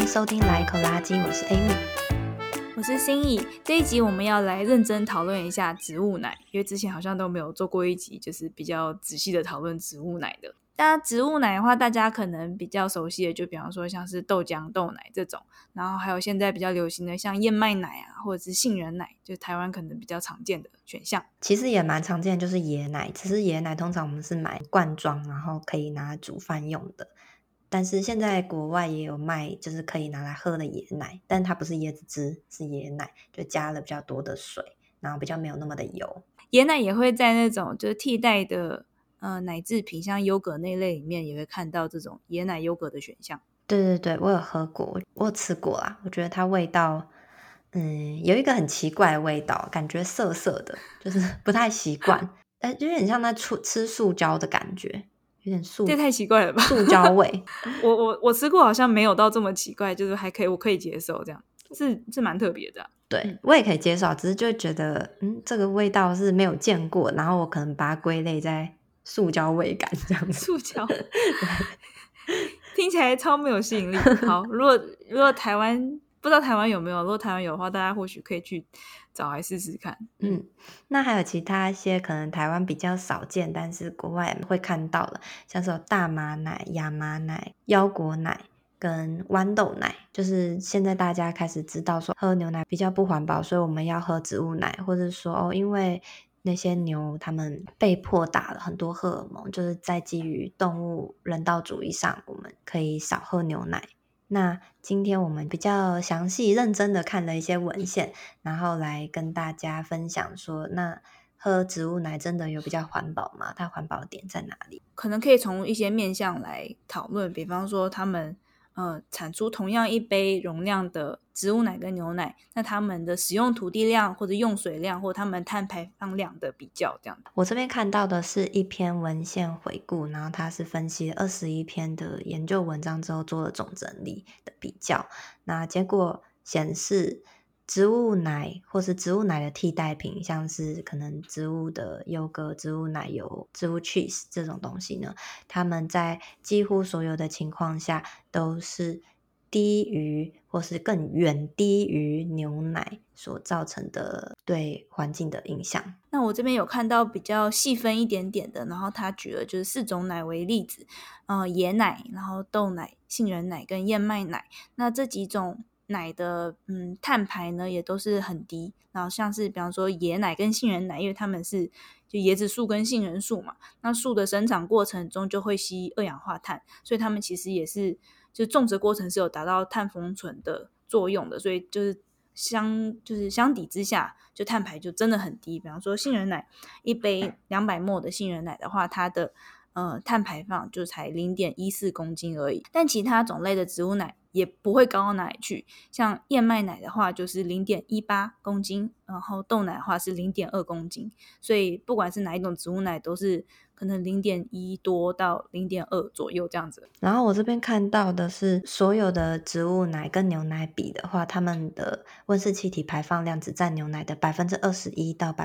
迎收听来一口垃圾，我是 Amy， 我是心怡。这一集我们要来认真讨论一下植物奶，因为之前好像都没有做过一集就是比较仔细的讨论植物奶的。那植物奶的话，大家可能比较熟悉的就比方说像是豆浆豆奶这种，然后还有现在比较流行的像燕麦奶啊，或者是杏仁奶，就是台湾可能比较常见的选项。 其实也蛮常见的，就是椰奶，只是椰奶通常我们是买罐装，然后可以拿来煮饭用的。但是现在国外也有卖，就是可以拿来喝的椰奶，但它不是椰子汁，是椰奶，就加了比较多的水，然后比较没有那么的油。 椰奶也会在那种就是替代的奶制品，像优格那类里面也会看到这种椰奶优格的选项。 对对对，我有喝过，我有吃过啦。我觉得它味道，有一个很奇怪的味道，感觉涩涩的，就是不太习惯。有点像在吃塑胶的感觉，有点这太奇怪了吧？ 塑胶味。 我吃过，好像没有到这么奇怪，就是还可以，我可以接受，这样是蛮特别的啊。 对，我也可以接受，只是就觉得，这个味道是没有见过，然后我可能把它归类在塑胶味感这样子。 塑胶，听起来超没有吸引力。好，如果台湾不知道台湾有没有，如果台湾有的话，大家或许可以去找来试试看。 那还有其他一些可能台湾比较少见，但是国外会看到的，像是有大麻奶、亚麻奶、腰果奶跟豌豆奶，就是现在大家开始知道说喝牛奶比较不环保，所以我们要喝植物奶，或者说因为那些牛他们被迫打了很多荷尔蒙，就是在基于动物人道主义上，我们可以少喝牛奶。那今天我们比较详细认真的看了一些文献，然后来跟大家分享说，那喝植物奶真的有比较环保吗？它环保的点在哪里？ 可能可以从一些面向来讨论，比方说他们产出同样一杯容量的植物奶跟牛奶，那他们的使用土地量或者用水量或他们碳排放量的比较，这样。 我这边看到的是一篇文献回顾，然后它是分析了21篇的研究文章之后做了总整理的比较，那结果显示植物奶或是植物奶的替代品，像是可能植物的优格、植物奶油、植物 cheese 这种东西呢，它们在几乎所有的情况下都是低于或是更远低于牛奶所造成的对环境的影响。 那我这边有看到比较细分一点点的，然后他举了就是4种奶为例子，椰奶，然后豆奶、杏仁奶跟燕麦奶。那这几种奶的碳排呢也都是很低，然后像是比方说椰奶跟杏仁奶，因为它们是就椰子树跟杏仁树嘛，那树的生长过程中就会吸二氧化碳，所以它们其实也是就种植过程是有达到碳封存的作用的，所以就是相抵之下，就碳排就真的很低。比方说杏仁奶一杯200ml 的杏仁奶的话，它的碳排放就才0.14公斤而已，但其他种类的植物奶也不会高到哪里去，像燕麦奶的话就是0.18公斤，然后豆奶的话是0.2公斤，所以不管是哪一种植物奶都是可能0.1多到0.2左右这样子。 然后我这边看到的是所有的植物奶跟牛奶比的话，它们的温室气体排放量只占牛奶的21%到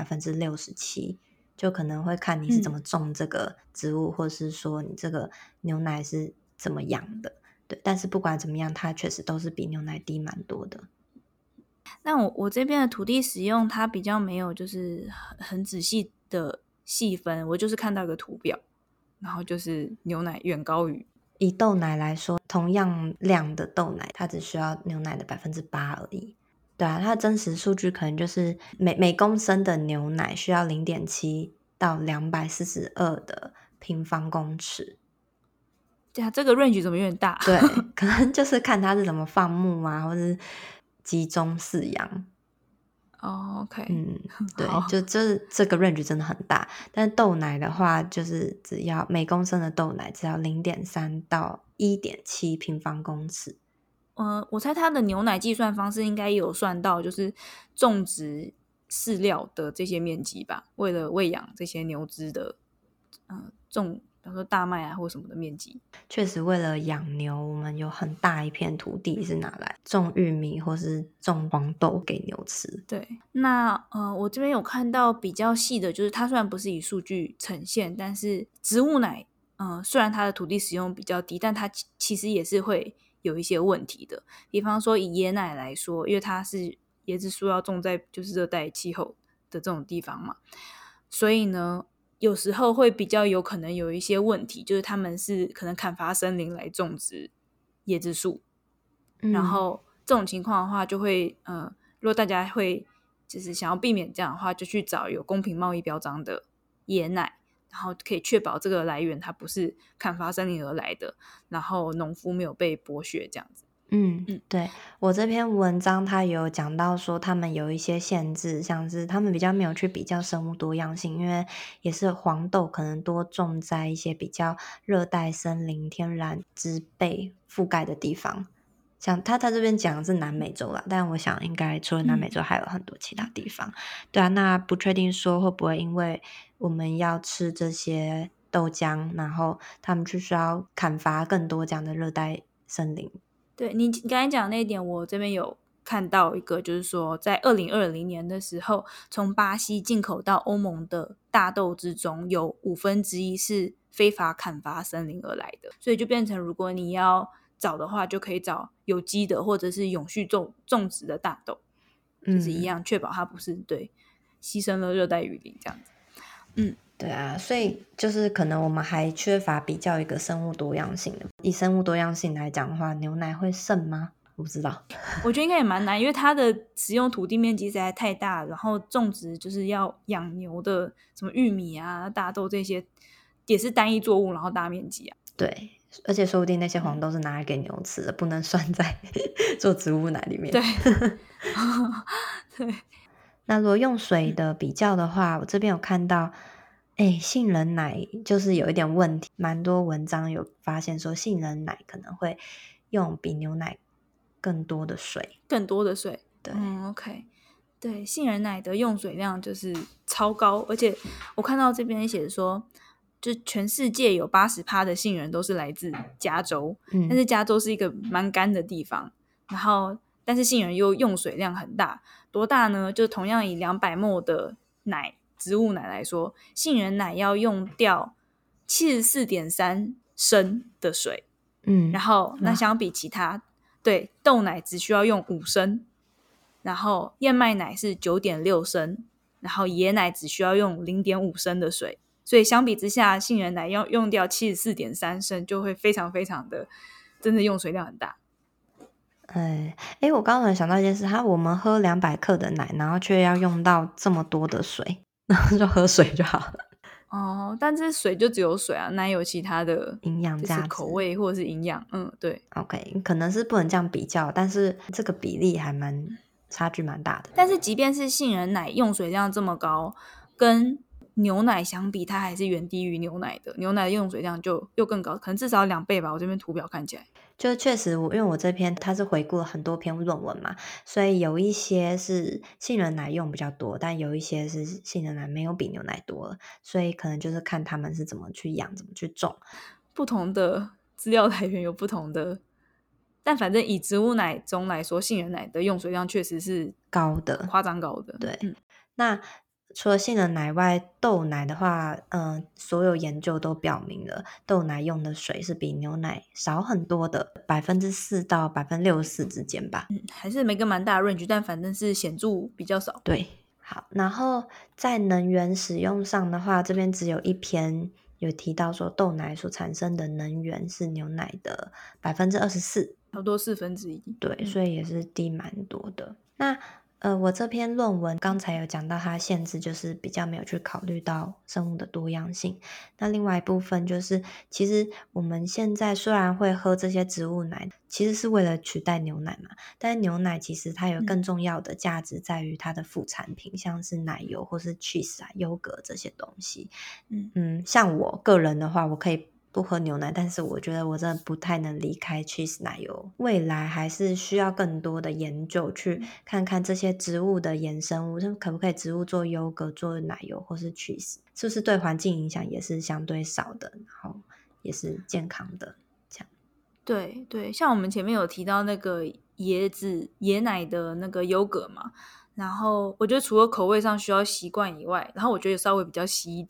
67%，就可能会看你是怎么种这个植物，或是说你这个牛奶是怎么养的。对，但是不管怎么样，它确实都是比牛奶低蛮多的。 那我这边的土地使用它比较没有就是很仔细的细分，我就是看到一个图表，然后就是牛奶远高于。 以豆奶来说，同样量的豆奶，它只需要牛奶的8%而已。对啊，它的真实数据可能就是每公升的牛奶需要0.7到242的平方公尺。 对啊，这个 range 怎么有点大？ 对，可能就是看它是怎么放牧啊，或是集中饲养。 OK， 对， 好， 就是这个 range 真的很大。但豆奶的话，就是只要每公升的豆奶只要0.3到1.7平方公尺。 我猜它的牛奶计算方式应该也有算到就是种植饲料的这些面积吧，为了喂养这些牛只的比方说大麦啊或什么的面积。 确实为了养牛，我们有很大一片土地是拿来种玉米或是种黄豆给牛吃。 对，那我这边有看到比较细的，就是它虽然不是以数据呈现，但是植物奶虽然它的土地使用比较低，但它其实也是会有一些问题的。比方说以椰奶来说，因为它是椰子树要种在就是热带气候的这种地方嘛，所以呢有时候会比较有可能有一些问题，就是他们是可能砍伐森林来种植椰子树，然后这种情况的话就会如果大家会就是想要避免这样的话，就去找有公平贸易标章的椰奶，然后可以确保这个来源它不是砍伐森林而来的，然后农夫没有被剥削这样子。 对，我这篇文章它有讲到说他们有一些限制，像是他们比较没有去比较生物多样性，因为也是黄豆可能多种在一些比较热带森林天然植被覆盖的地方，像他这边讲的是南美洲啦，但我想应该除了南美洲还有很多其他地方。对啊，那不确定说会不会因为我们要吃这些豆浆，然后他们就需要砍伐更多这样的热带森林。 对，你刚才讲的那一点，我这边有看到一个，就是说在2020年的时候，从巴西进口到欧盟的大豆之中，有1/5是非法砍伐森林而来的，所以就变成如果你要找的话，就可以找有机的或者是永续种植的大豆，就是一样确保它不是对牺牲了热带雨林这样子。 对啊，所以就是可能我们还缺乏比较一个生物多样性的。以生物多样性来讲的话，牛奶会胜吗？我不知道。 我觉得应该也蛮难，因为它的使用土地面积实在太大，然后种植就是要养牛的什么玉米啊、大豆这些，也是单一作物，然后大面积啊。 对，而且说不定那些黄豆是拿来给牛吃的，不能算在做植物奶里面。 对，对。 那如果用水的比较的话，我这边有看到，杏仁奶就是有一点问题，蛮多文章有发现说杏仁奶可能会用比牛奶更多的水。 更多的水。 对 ，OK。对，杏仁奶的用水量就是超高，而且我看到这边写说，就全世界有80%的杏仁都是来自加州，但是加州是一个蛮干的地方，然后但是杏仁又用水量很大，多大呢？就同样以200ml 的奶，植物奶来说，杏仁奶要用掉74.3升的水，然后那相比其他，对，豆奶只需要用5升，然后燕麦奶是9.6升，然后椰奶只需要用0.5升的水，所以相比之下，杏仁奶要用掉74.3升，就会非常非常的，真的用水量很大。 我刚刚想到一件事，我们喝200克的奶，然后却要用到这么多的水，然后就喝水就好了。 哦，但是水就只有水啊，奶有其他的营养价值、 就是口味或者是营养。对。 OK， 可能是不能这样比较，但是这个比例还差距蛮大的。 但是即便是杏仁奶用水量这么高，跟牛奶相比，它还是远低于牛奶的。牛奶的用水量就又更高，可能至少2倍吧。我这边图表看起来， 就确实因为我这篇它是回顾了很多篇论文嘛，所以有一些是杏仁奶用比较多，但有一些是杏仁奶没有比牛奶多了，所以可能就是看他们是怎么去养、怎么去种。 不同的资料来源有不同的，但反正以植物奶中来说，杏仁奶的用水量确实是高的， 夸张高的。 对，那除了杏仁奶外，豆奶的话，所有研究都表明了，豆奶用的水是比牛奶少很多的，4%到64%之间吧。 还是没个蛮大的 range， 但反正是显著比较少。 对，好，然后在能源使用上的话，这边只有一篇有提到说，豆奶所产生的能源是牛奶的24%， 差不多1/4。 对，所以也是低蛮多的。那我这篇论文刚才有讲到它限制，就是比较没有去考虑到生物的多样性。那另外一部分就是，其实我们现在虽然会喝这些植物奶，其实是为了取代牛奶嘛，但是牛奶其实它有更重要的价值在于它的副产品，像是奶油或是 cheese 啊、优格这些东西。像我个人的话，我可以不喝牛奶，但是我觉得我真的不太能离开 cheese 奶油。未来还是需要更多的研究去看看这些植物的衍生物，可不可以植物做优格、做奶油或是 cheese， 是不是对环境影响也是相对少的，然后也是健康的这样。 对对，像我们前面有提到那个椰奶的那个优格嘛，然后我觉得除了口味上需要习惯以外，然后我觉得稍微比较稀一点，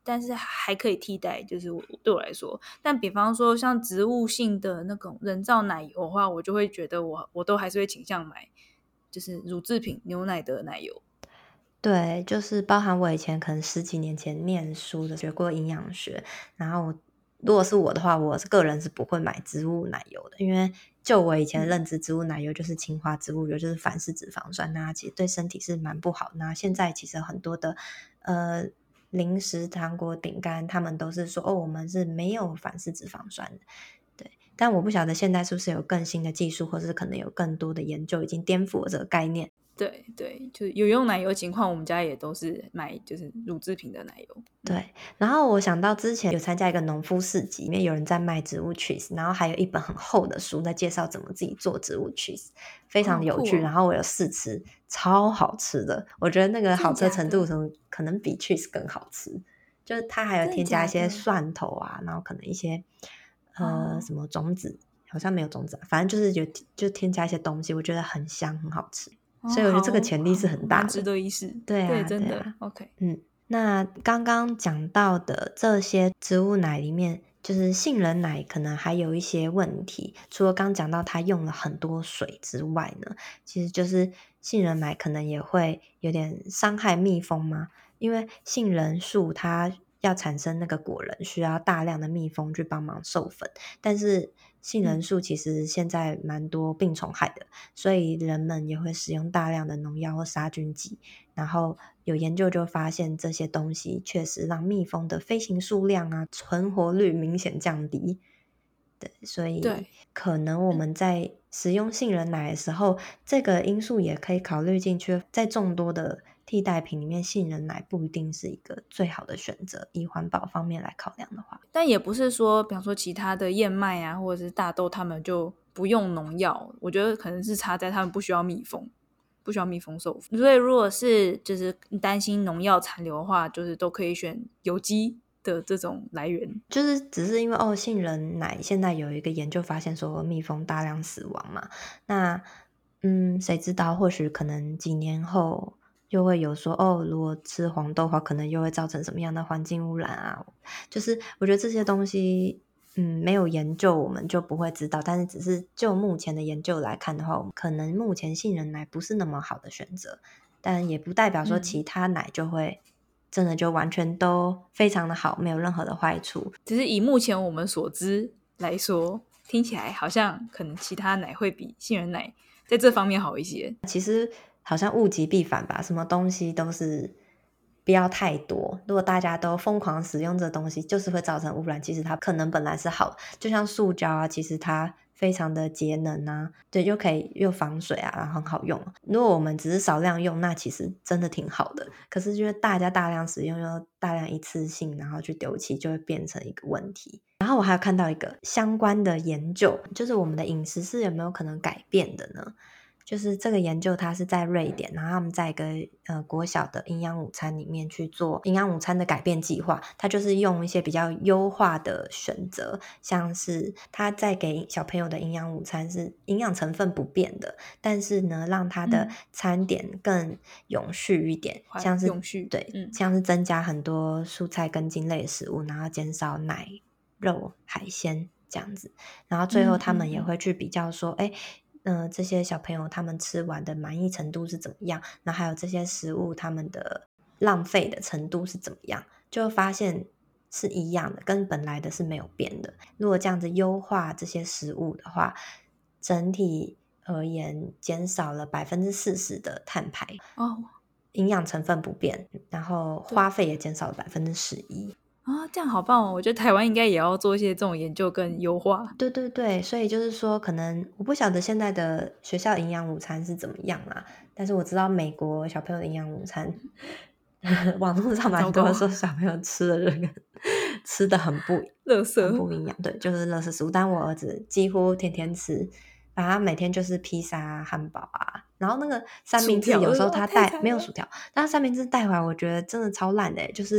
但是还可以替代，就是对我来说。但比方说像植物性的那种人造奶油的话，我就会觉得我都还是会倾向买就是乳制品牛奶的奶油。 对，就是包含我以前可能10几年前念书的学过营养学，然后如果是我的话，我个人是不会买植物奶油的，因为就我以前的认知，植物奶油就是氢化植物油，就是反式脂肪酸，那其实对身体是蛮不好。那现在其实很多的零食、糖果、饼干，他们都是说我们是没有反式脂肪酸的，对。但我不晓得现在是不是有更新的技术，或是可能有更多的研究已经颠覆了这个概念。 对对，就是有用奶油的情况，我们家也都是买就是乳制品的奶油。 对，然后我想到之前有参加一个农夫市集，里面有人在卖植物 cheese， 然后还有一本很厚的书在介绍怎么自己做植物 cheese， 非常的有趣。然后我有试吃，超好吃的，我觉得那个好吃的程度可能比 cheese 更好吃，就是它还有添加一些蒜头啊，然后可能一些什么种子，好像没有种子，反正就是就添加一些东西，我觉得很香很好吃。所以我觉得这个潜力是很大的， 蛮值得一试。 对啊， 对，真的。 对啊 OK， 那刚刚讲到的这些植物奶里面，就是杏仁奶可能还有一些问题，除了刚讲到它用了很多水之外呢，其实就是杏仁奶可能也会有点伤害蜜蜂嘛，因为杏仁树它要产生那个果仁，需要大量的蜜蜂去帮忙授粉，但是杏仁树其实现在蛮多病虫害的，所以人们也会使用大量的农药或杀菌剂，然后有研究就发现这些东西确实让蜜蜂的飞行数量啊、存活率明显降低。对，所以可能我们在使用杏仁奶的时候，这个因素也可以考虑进去。在众多的替代品里面，杏仁奶不一定是一个最好的选择，以环保方面来考量的话。 但也不是说比方说其他的燕麦啊或者是大豆他们就不用农药，我觉得可能是差在他们不需要蜜蜂授粉，所以如果是就是担心农药残留的话，就是都可以选有机的这种来源。 就是只是因为杏仁奶现在有一个研究发现说蜜蜂大量死亡嘛，那谁知道或许可能几年后又会有说如果吃黄豆的话可能又会造成什么样的环境污染啊，就是我觉得这些东西没有研究我们就不会知道，但是只是就目前的研究来看的话，我们可能目前杏仁奶不是那么好的选择，但也不代表说其他奶就会真的就完全都非常的好，没有任何的坏处。 只是以目前我们所知来说，听起来好像可能其他奶会比杏仁奶在这方面好一些。 其实好像物极必反吧，什么东西都是不要太多，如果大家都疯狂使用这东西，就是会造成污染。其实它可能本来是好的，就像塑胶啊，其实它非常的节能啊，对，又可以又防水啊，然后很好用。如果我们只是少量用，那其实真的挺好的。可是因为大家大量使用，又大量一次性，然后去丢弃，就会变成一个问题。然后我还有看到一个相关的研究，就是我们的饮食是有没有可能改变的呢？就是这个研究它是在瑞典，然后他们在一个国小的营养午餐里面去做营养午餐的改变计划，它就是用一些比较优化的选择，像是他在给小朋友的营养午餐是营养成分不变的，但是呢让他的餐点更永续一点，像是永续， 对，像是增加很多蔬菜根茎类的食物，然后减少奶、肉、海鲜这样子，然后最后他们也会去比较说这些小朋友他们吃完的满意程度是怎么样，然后还有这些食物他们的浪费的程度是怎么样，就发现是一样的，跟本来的是没有变的。如果这样子优化这些食物的话，整体而言减少了40%的碳排，营养成分不变，然后花费也减少了11%。 这样好棒哦！我觉得台湾应该也要做一些这种研究跟优化。 对对对，所以就是说可能我不晓得现在的学校营养午餐是怎么样啦，但是我知道美国小朋友的营养午餐网络上蛮多说小朋友吃的这个吃的很不营养，对，就是垃圾食物，但我儿子几乎天天吃，然后每天就是披萨、汉堡啊，然后那个三明治有时候他带没有薯条，但他三明治带回来我觉得真的超烂的，就是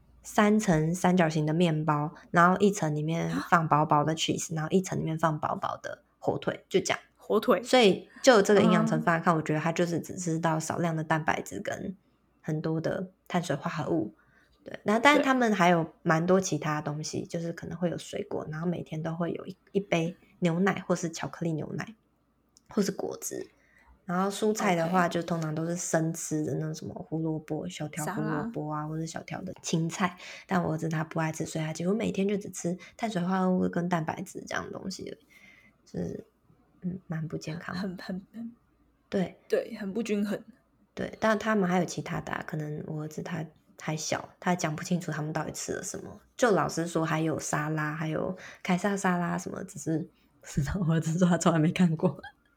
3层三角形的面包，然后一层里面放薄薄的 cheese， 然后一层里面放薄薄的火腿，就这样。 火腿， 所以就这个营养成分来看，我觉得它就是只吃到少量的蛋白质跟很多的碳水化合物， 对，但是对他们还有蛮多其他东西，就是可能会有水果，然后每天都会有一杯牛奶或是巧克力牛奶或是果汁。然后蔬菜的话， ，OK， 就通常都是生吃的那种什么胡萝卜、小条胡萝沙拉， 卜啊，或者小条的青菜。但我儿子他不爱吃，所以他几乎每天就只吃碳水化合物跟蛋白质这样的东西而已，就是蛮不健康的。 很对对，很不均衡。 对，但他们还有其他的可能我儿子他还小，他讲不清楚他们到底吃了什么。就老实说，还有沙拉，还有凯撒沙拉什么，只是我儿子说他从来没看过。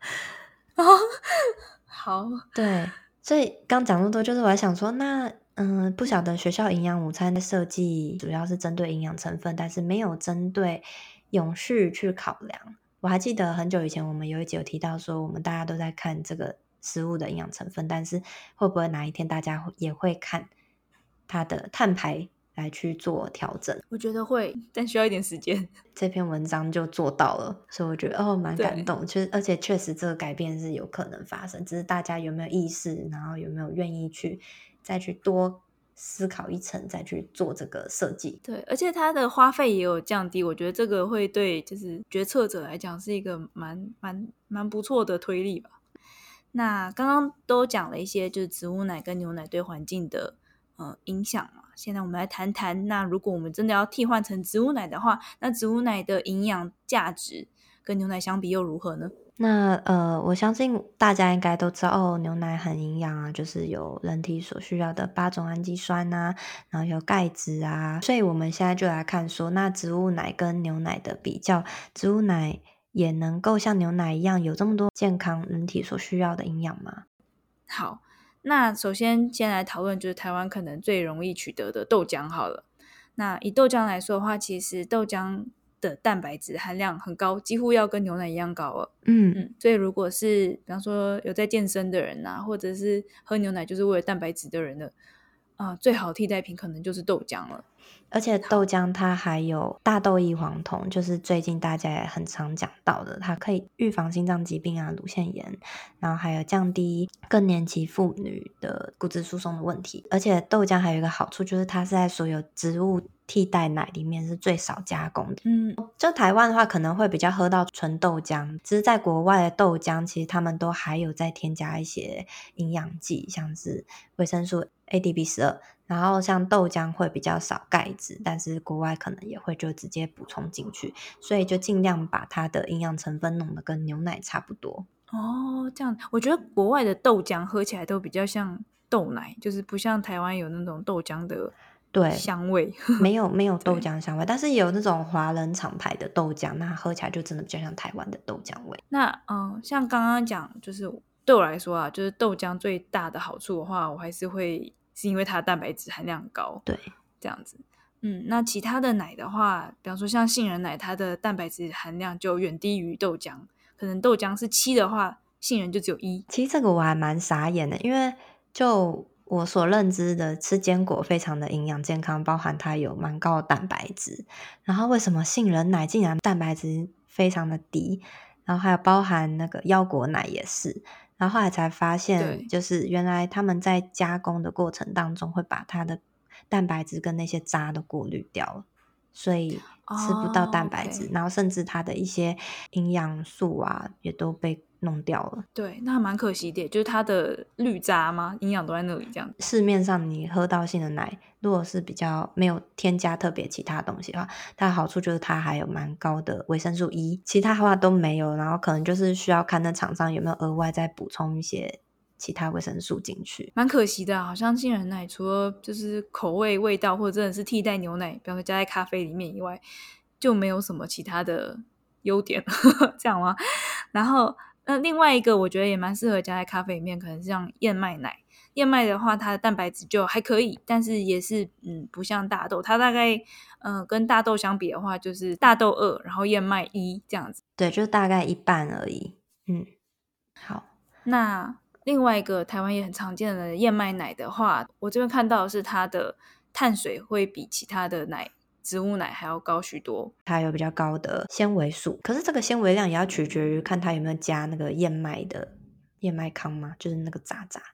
好， 对，所以刚讲那么多，就是我在想说，那不晓得学校营养午餐的设计主要是针对营养成分，但是没有针对永续去考量。我还记得很久以前我们有一集有提到说，我们大家都在看这个食物的营养成分，但是会不会哪一天大家也会看它的碳排来去做调整？ 我觉得会，但需要一点时间。 这篇文章就做到了，所以我觉得蛮感对动。而且确实这个改变是有可能发生，只是大家有没有意识，然后有没有愿意再去多思考一层，再去做这个设计。 对，而且它的花费也有降低，我觉得这个会对就是决策者来讲是一个蛮不错的推力吧。那刚刚都讲了一些就是植物奶跟牛奶对环境的影响嘛，现在我们来谈谈，那如果我们真的要替换成植物奶的话，那植物奶的营养价值跟牛奶相比又如何呢？ 那我相信大家应该都知道哦，牛奶很营养啊，就是有人体所需要的8种氨基酸啊，然后有钙质啊，所以我们现在就来看说，那植物奶跟牛奶的比较，植物奶也能够像牛奶一样有这么多健康人体所需要的营养吗？ 好，那首先先来讨论就是台湾可能最容易取得的豆浆好了。那以豆浆来说的话，其实豆浆的蛋白质含量很高，几乎要跟牛奶一样高了。所以如果是比方说有在健身的人啊，或者是喝牛奶就是为了蛋白质的人的，最好替代品可能就是豆浆了。 而且豆浆它还有大豆异黄酮，就是最近大家也很常讲到的，它可以预防心脏疾病啊、乳腺炎，然后还有降低更年期妇女的骨质疏松的问题。而且豆浆还有一个好处，就是它是在所有植物替代奶里面是最少加工的。就台湾的话可能会比较喝到纯豆浆，只是在国外的豆浆其实他们都还有再添加一些营养剂，像是维生素 ADP12，然后像豆浆会比较少钙质，但是国外可能也会就直接补充进去，所以就尽量把它的营养成分弄得跟牛奶差不多。 哦，这样，我觉得国外的豆浆喝起来都比较像豆奶，就是不像台湾有那种豆浆的对， 香味。 没有豆浆香味，但是也有那种华人厂牌的豆浆，那喝起来就真的比较像台湾的豆浆味。 那像刚刚讲，就是对我来说啊，就是豆浆最大的好处的话，我还是因为它的蛋白质含量高， 对， 这样子。那其他的奶的话，比方说像杏仁奶，它的蛋白质含量就远低于豆浆，可能豆浆是7的话，杏仁就只有1。 其实这个我还蛮傻眼的，因为就我所认知的，吃坚果非常的营养健康，包含它有蛮高的蛋白质。然后为什么杏仁奶竟然蛋白质非常的低？然后还有包含那个腰果奶也是。然后后来才发现，就是原来他们在加工的过程当中，会把它的蛋白质跟那些渣都过滤掉了，所以吃不到蛋白质，然后甚至它的一些营养素啊，也都被弄掉了。 对，那蛮可惜的，就是它的绿渣嘛，营养都在那里这样。 市面上你喝到杏仁奶，如果是比较没有添加特别其他东西的话，它的好处就是它还有蛮高的维生素 E， 其他的话都没有，然后可能就是需要看那厂商有没有额外再补充一些其他维生素进去。 蛮可惜的，好像杏仁奶除了就是口味味道或者真的是替代牛奶，比方说加在咖啡里面以外，就没有什么其他的优点这样吗？然后另外一个我觉得也蛮适合加在咖啡里面，可能是像燕麦奶。燕麦的话它的蛋白质就还可以，但是也是不像大豆，它大概跟大豆相比的话就是大豆2然后燕麦1这样子。 对，就大概一半而已。好。 那另外一个台湾也很常见的燕麦奶的话，我这边看到的是它的碳水会比其他的植物奶还要高许多， 它有比较高的纤维素，可是这个纤维量也要取决于看它有没有加那个燕麦康嘛，就是那个渣渣。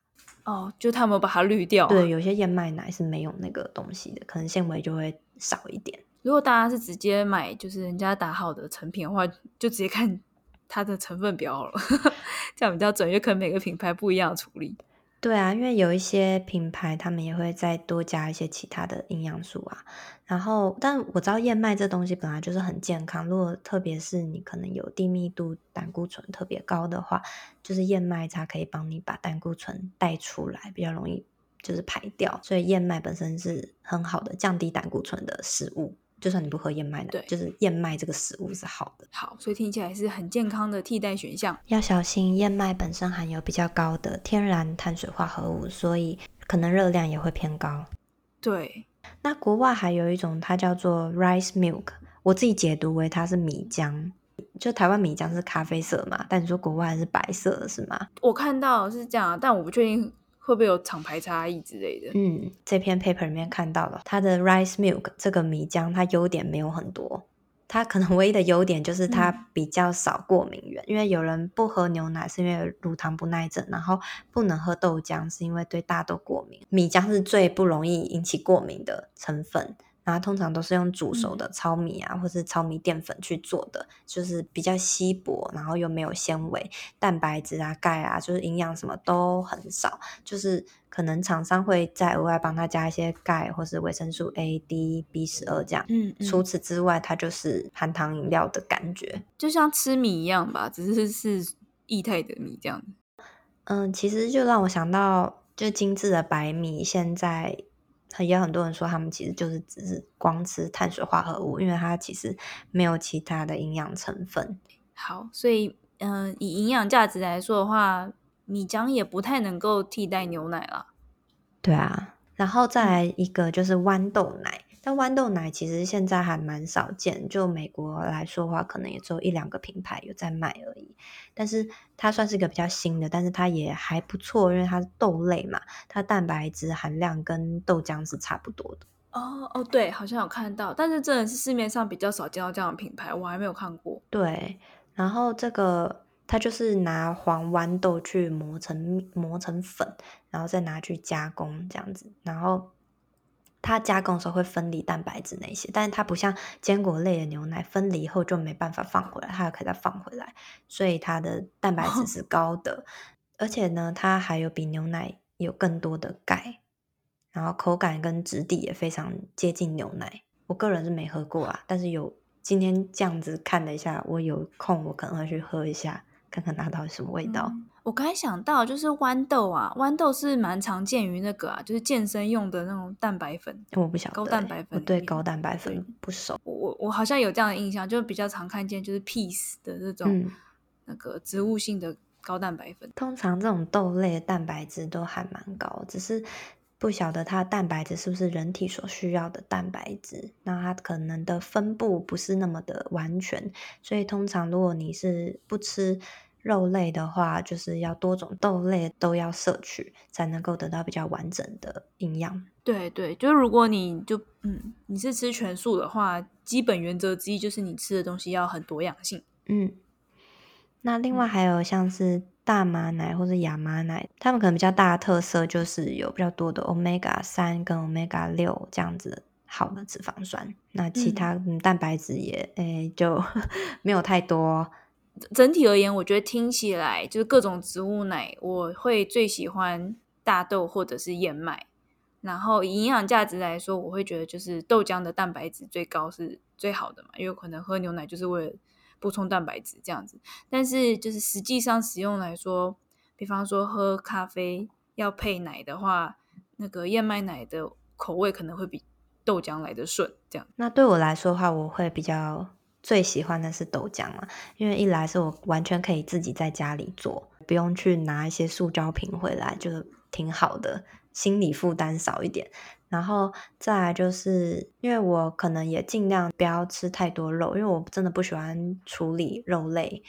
哦，就他们把它滤掉。 对，有些燕麦奶是没有那个东西的，可能纤维就会少一点。 如果大家是直接买就是人家打好的成品的话，就直接看它的成分表好了这样比较准，因为可能每个品牌不一样的处理。 对啊，因为有一些品牌他们也会再多加一些其他的营养素啊。然后，但我知道燕麦这东西本来就是很健康，如果特别是你可能有低密度胆固醇特别高的话，就是燕麦它可以帮你把胆固醇带出来，比较容易就是排掉。所以燕麦本身是很好的降低胆固醇的食物。就算你不喝燕麦奶， 对， 就是燕麦这个食物是好的。 好，所以听起来是很健康的替代选项。 要小心，燕麦本身含有比较高的天然碳水化合物，所以可能热量也会偏高。 对， 那国外还有一种，它叫做 rice milk， 我自己解读为它是米浆。就台湾米浆是咖啡色嘛，但你说国外是白色的是吗？ 我看到是这样，但我不确定会不会有厂牌差异之类的。 这篇 paper 里面看到了，它的 rice milk 这个米浆，它优点没有很多。它可能唯一的优点就是它比较少过敏源，因为有人不喝牛奶是因为乳糖不耐症，然后不能喝豆浆是因为对大豆过敏。米浆是最不容易引起过敏的成分，然后通常都是用煮熟的糙米啊，或是糙米淀粉去做的，就是比较稀薄，然后又没有纤维，蛋白质啊、钙啊，就是营养什么都很少，就是可能厂商会再额外帮他加一些钙或是维生素 A、D、B12 这样。除此之外，它就是含糖饮料的感觉， 就像吃米一样吧，只是液态的米这样。 其实就让我想到，就精致的白米，现在也有很多人说他们其实就是只是光吃碳水化合物，因为它其实没有其他的营养成分。 好，所以以营养价值来说的话，米浆也不太能够替代牛奶啦。 对啊，然后再来一个就是豌豆奶。但豌豆奶其实现在还蛮少见，就美国来说的话，可能也只有1-2个品牌有在卖而已。但是它算是一个比较新的，但是它也还不错，因为它是豆类嘛，它蛋白质含量跟豆浆是差不多的。 哦，对，好像有看到，但是真的是市面上比较少见到这样的品牌，我还没有看过。 对，然后这个它就是拿黄豌豆去磨成粉，然后再拿去加工这样子，然后它加工的时候会分离蛋白质那些，但是它不像坚果类的牛奶分离后就没办法放回来，它还可以再放回来，所以它的蛋白质是高的，而且呢，它还有比牛奶有更多的钙，然后口感跟质地也非常接近牛奶。我个人是没喝过啊，但是今天这样子看了一下，我有空我可能会去喝一下，看看它到底什么味道。 我刚才想到就是豌豆啊，豌豆是蛮常见于那个就是健身用的那种蛋白粉。 我不晓得高蛋白粉我对高蛋白粉不熟。 我好像有这样的印象，就比较常看见就是 Peace 的这种那个植物性的高蛋白粉。 通常这种豆类的蛋白质都还蛮高，只是不晓得它的蛋白质是不是人体所需要的蛋白质，那它可能的分布不是那么的完全，所以通常如果你是不吃肉类的话，就是要多种豆类都要摄取，才能够得到比较完整的营养。 对，就是如果你你是吃全素的话，基本原则之一就是你吃的东西要很多样性。 那另外还有像是大麻奶或者亚麻奶，它们可能比较大的特色就是有比较多的 Omega-3 跟 Omega-6这样子好的脂肪酸，那其他蛋白质也就没有太多。 整体而言，我觉得听起来就是各种植物奶，我会最喜欢大豆或者是燕麦。然后以营养价值来说，我会觉得就是豆浆的蛋白质最高是最好的嘛，因为可能喝牛奶就是为了补充蛋白质这样子。但是就是实际上使用来说，比方说喝咖啡要配奶的话，那个燕麦奶的口味可能会比豆浆来的顺这样。 那对我来说的话，我会比较最喜欢的是豆浆嘛，因为一来是我完全可以自己在家里做，不用去拿一些塑胶瓶回来，就挺好的，心理负担少一点。然后再来就是因为我可能也尽量不要吃太多肉，因为我真的不喜欢处理肉类，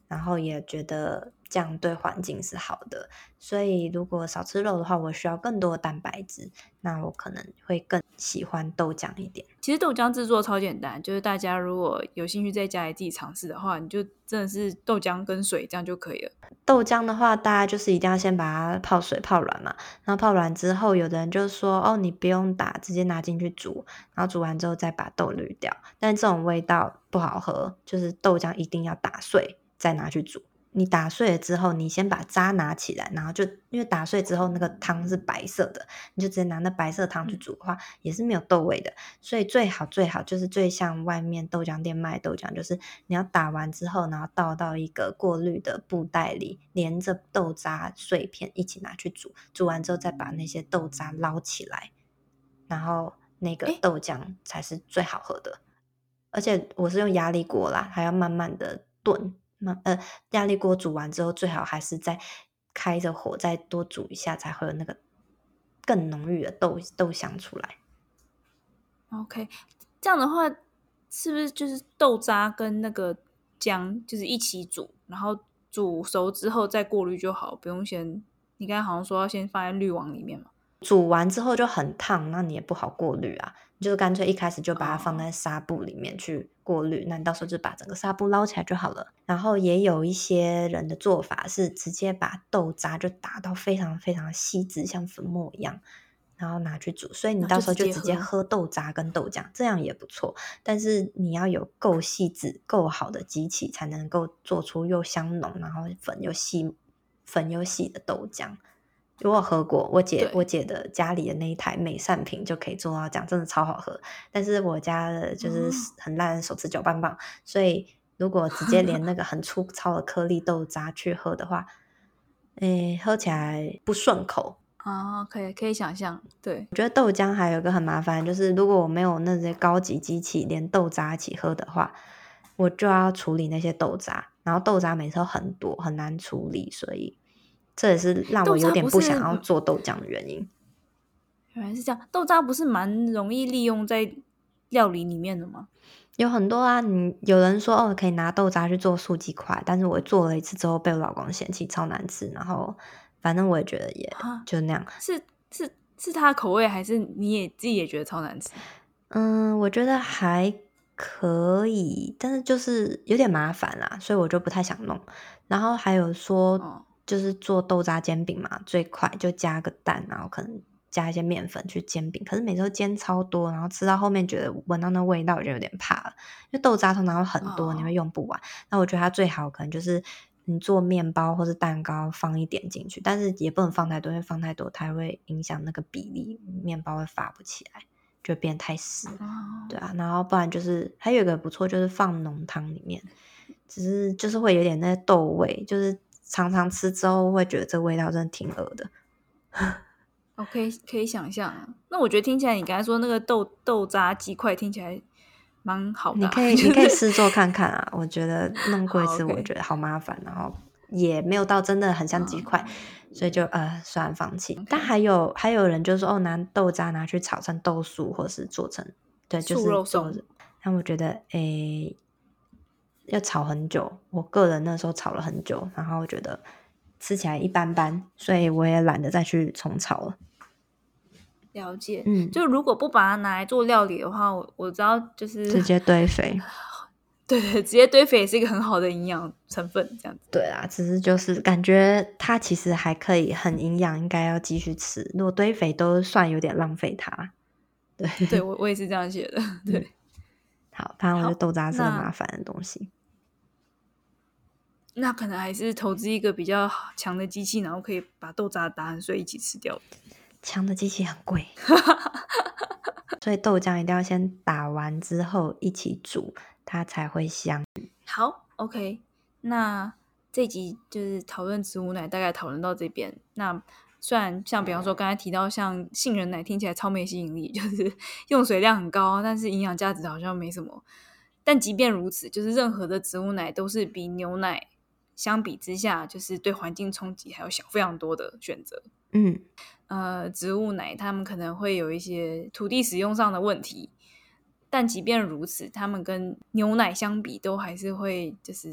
然后也觉得这样对环境是好的。所以如果少吃肉的话，我需要更多的蛋白质，那我可能会更喜欢豆浆一点。 其实豆浆制作超简单，就是大家如果有兴趣在家里自己尝试的话，你就真的是豆浆跟水这样就可以了。 豆浆的话，大家就是一定要先把它泡水泡软嘛，然后泡软之后，有的人就说哦，你不用打，直接拿进去煮，然后煮完之后再把豆滤掉，但这种味道不好喝，就是豆浆一定要打碎再拿去煮。你打碎了之后，你先把渣拿起来，然后就因为打碎之后那个汤是白色的，你就直接拿那白色汤去煮的话，也是没有豆味的。所以最好就是最像外面豆浆店卖的豆浆，就是你要打完之后，然后倒到一个过滤的布袋里，连着豆渣碎片一起拿去煮，煮完之后再把那些豆渣捞起来，然后那个豆浆才是最好喝的。而且我是用压力锅啦，还要慢慢的炖。压力锅煮完之后，最好还是再开着火再多煮一下，才会有那个更浓郁的豆香出来。 OK， 这样的话是不是就是豆渣跟那个浆就是一起煮，然后煮熟之后再过滤就好，不用先，你刚才好像说要先放在滤网里面嘛？ 煮完之后就很烫，那你也不好过滤啊，你就干脆一开始就把它放在纱布里面去过滤，那你到时候就把整个纱布捞起来就好了。然后也有一些人的做法是直接把豆渣就打到非常非常细致，像粉末一样，然后拿去煮，所以你到时候就直接喝豆渣跟豆浆，这样也不错。但是你要有够细致、够好的机器，才能够做出又香浓，然后粉又细的豆浆。我有喝过，我姐的家里的那一台美善品就可以做到这样，真的超好喝。但是我家的就是很烂的手持搅拌棒，所以如果直接连那个很粗糙的颗粒豆渣去喝的话，喝起来不顺口。 可以想象。对， 我觉得豆浆还有一个很麻烦，就是如果我没有那些高级机器连豆渣一起喝的话，我就要处理那些豆渣，然后豆渣每次都很多，很难处理，所以这也是让我有点不想要做豆浆的原因。 原来是这样，豆渣不是蛮容易利用在料理里面的吗？ 有很多啊，有人说哦可以拿豆渣去做素鸡块，但是我做了一次之后被我老公嫌弃超难吃，然后反正我也觉得也就那样。 是他的口味，还是你也自己也觉得超难吃？ 我觉得还可以，但是就是有点麻烦啦，所以我就不太想弄。然后还有说，就是做豆渣煎饼嘛，最快就加个蛋，然后可能加一些面粉去煎饼。可是每次都煎超多，然后吃到后面觉得闻到那味道，我就有点怕了。因为豆渣通常会很多，你会用不完。那我觉得它最好可能就是你做面包或是蛋糕放一点进去，但是也不能放太多，因为放太多它会影响那个比例，面包会发不起来。就变太湿，对啊，然后不然就是还有一个不错，就是放浓汤里面，只是就是会有点那豆味，就是常常吃之后会觉得这味道真的挺恶的。 OK，可以想象。那我觉得听起来你刚才说那个豆渣鸡块听起来蛮好的， 你可以试做看看啊。我觉得弄过一次，我觉得好麻烦，然后也没有到真的很像鸡块，所以就算了放弃。但还有人就说拿豆渣拿去炒成豆酥，或是做成就是素肉松。 但我觉得要炒很久，我个人那时候炒了很久，然后我觉得吃起来一般般，所以我也懒得再去重炒了。 了解，就如果不把它拿来做料理的话，我知道就是直接堆肥。 对，直接堆肥也是一个很好的营养成分，这样子。 对啊，只是就是感觉它其实还可以很营养，应该要继续吃。如果堆肥都算有点浪费它。 对，我也是这样写的。对， 好，反正我觉得豆渣是个麻烦的东西。 那可能还是投资一个比较强的机器，然后可以把豆渣打很碎一起吃掉。 强的机器很贵。所以豆浆一定要先打完之后一起煮，它才会香。 好 ，OK， 那这集就是讨论植物奶，大概讨论到这边。那虽然像比方说刚才提到像杏仁奶听起来超没吸引力，就是用水量很高，但是营养价值好像没什么。但即便如此，就是任何的植物奶都是比牛奶相比之下，就是对环境冲击还有小非常多的选择。植物奶它们可能会有一些土地使用上的问题，但即便如此，它们跟牛奶相比，都还是会就是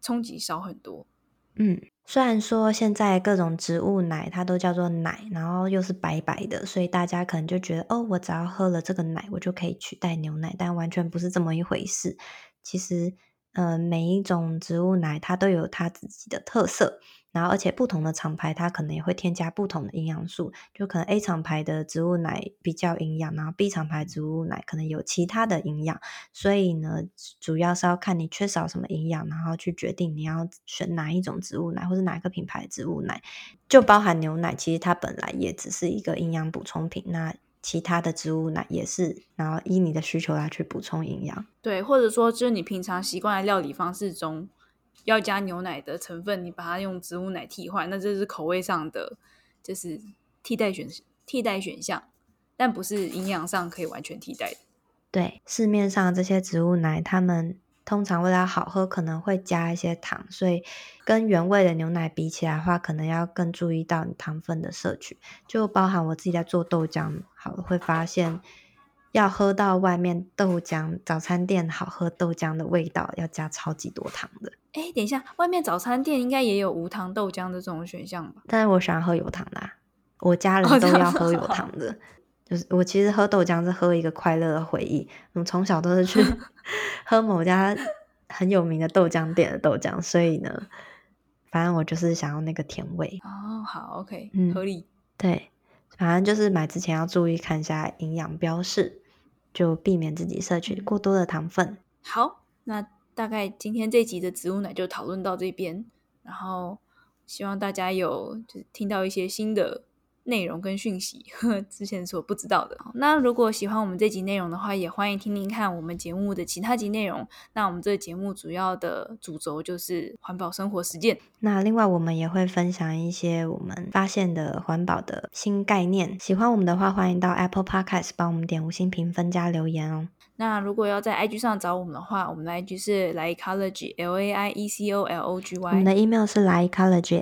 冲击少很多。 虽然说现在各种植物奶它都叫做奶，然后又是白白的，所以大家可能就觉得我只要喝了这个奶我就可以取代牛奶，但完全不是这么一回事。其实每一种植物奶它都有它自己的特色，然后而且不同的厂牌它可能也会添加不同的营养素，就可能 A 厂牌的植物奶比较营养，然后 B 厂牌植物奶可能有其他的营养，所以呢主要是要看你缺少什么营养，然后去决定你要选哪一种植物奶或是哪个品牌的植物奶。就包含牛奶，其实它本来也只是一个营养补充品，那其他的植物奶也是，然后依你的需求来去补充营养。 对，或者说就是你平常习惯的料理方式中要加牛奶的成分，你把它用植物奶替换，那这是口味上的就是替代选项，但不是营养上可以完全替代的。 对，市面上这些植物奶，他们通常为了好喝可能会加一些糖，所以跟原味的牛奶比起来的话，可能要更注意到你糖分的摄取。就包含我自己在做豆浆好了，会发现要喝到外面豆浆早餐店好喝豆浆的味道，要加超级多糖的。 等一下，外面早餐店应该也有无糖豆浆的这种选项吧？ 但是我喜欢喝有糖的我家人都要喝有糖的。就是我其实喝豆浆是喝一个快乐的回忆，我们从小都是去喝某家很有名的豆浆店的豆浆，所以呢反正我就是想要那个甜味。 好 OK，合理。 对，反正就是买之前要注意看一下营养标示，就避免自己摄取过多的糖分。 好，那大概今天这集的植物奶就讨论到这边，然后希望大家有就是听到一些新的内容跟讯息，之前所不知道的。那如果喜欢我们这集内容的话，也欢迎听听看我们节目的其他集内容。那我们这个节目主要的主轴就是环保生活实践。 那另外我们也会分享一些我们发现的环保的新概念。喜欢我们的话，欢迎到 Apple Podcast 帮我们点5星评分加留言哦。 那如果要在 IG 上找我们的话，我们的 IG 是 Laiecology LAIECOLOGY， 我们的 email 是 Laiecology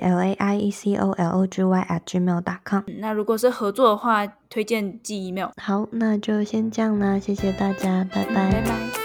LAIECOLOGY@gmail.com。 那如果是合作的话，推荐寄 email。 好，那就先这样啦，谢谢大家，拜拜。 拜拜。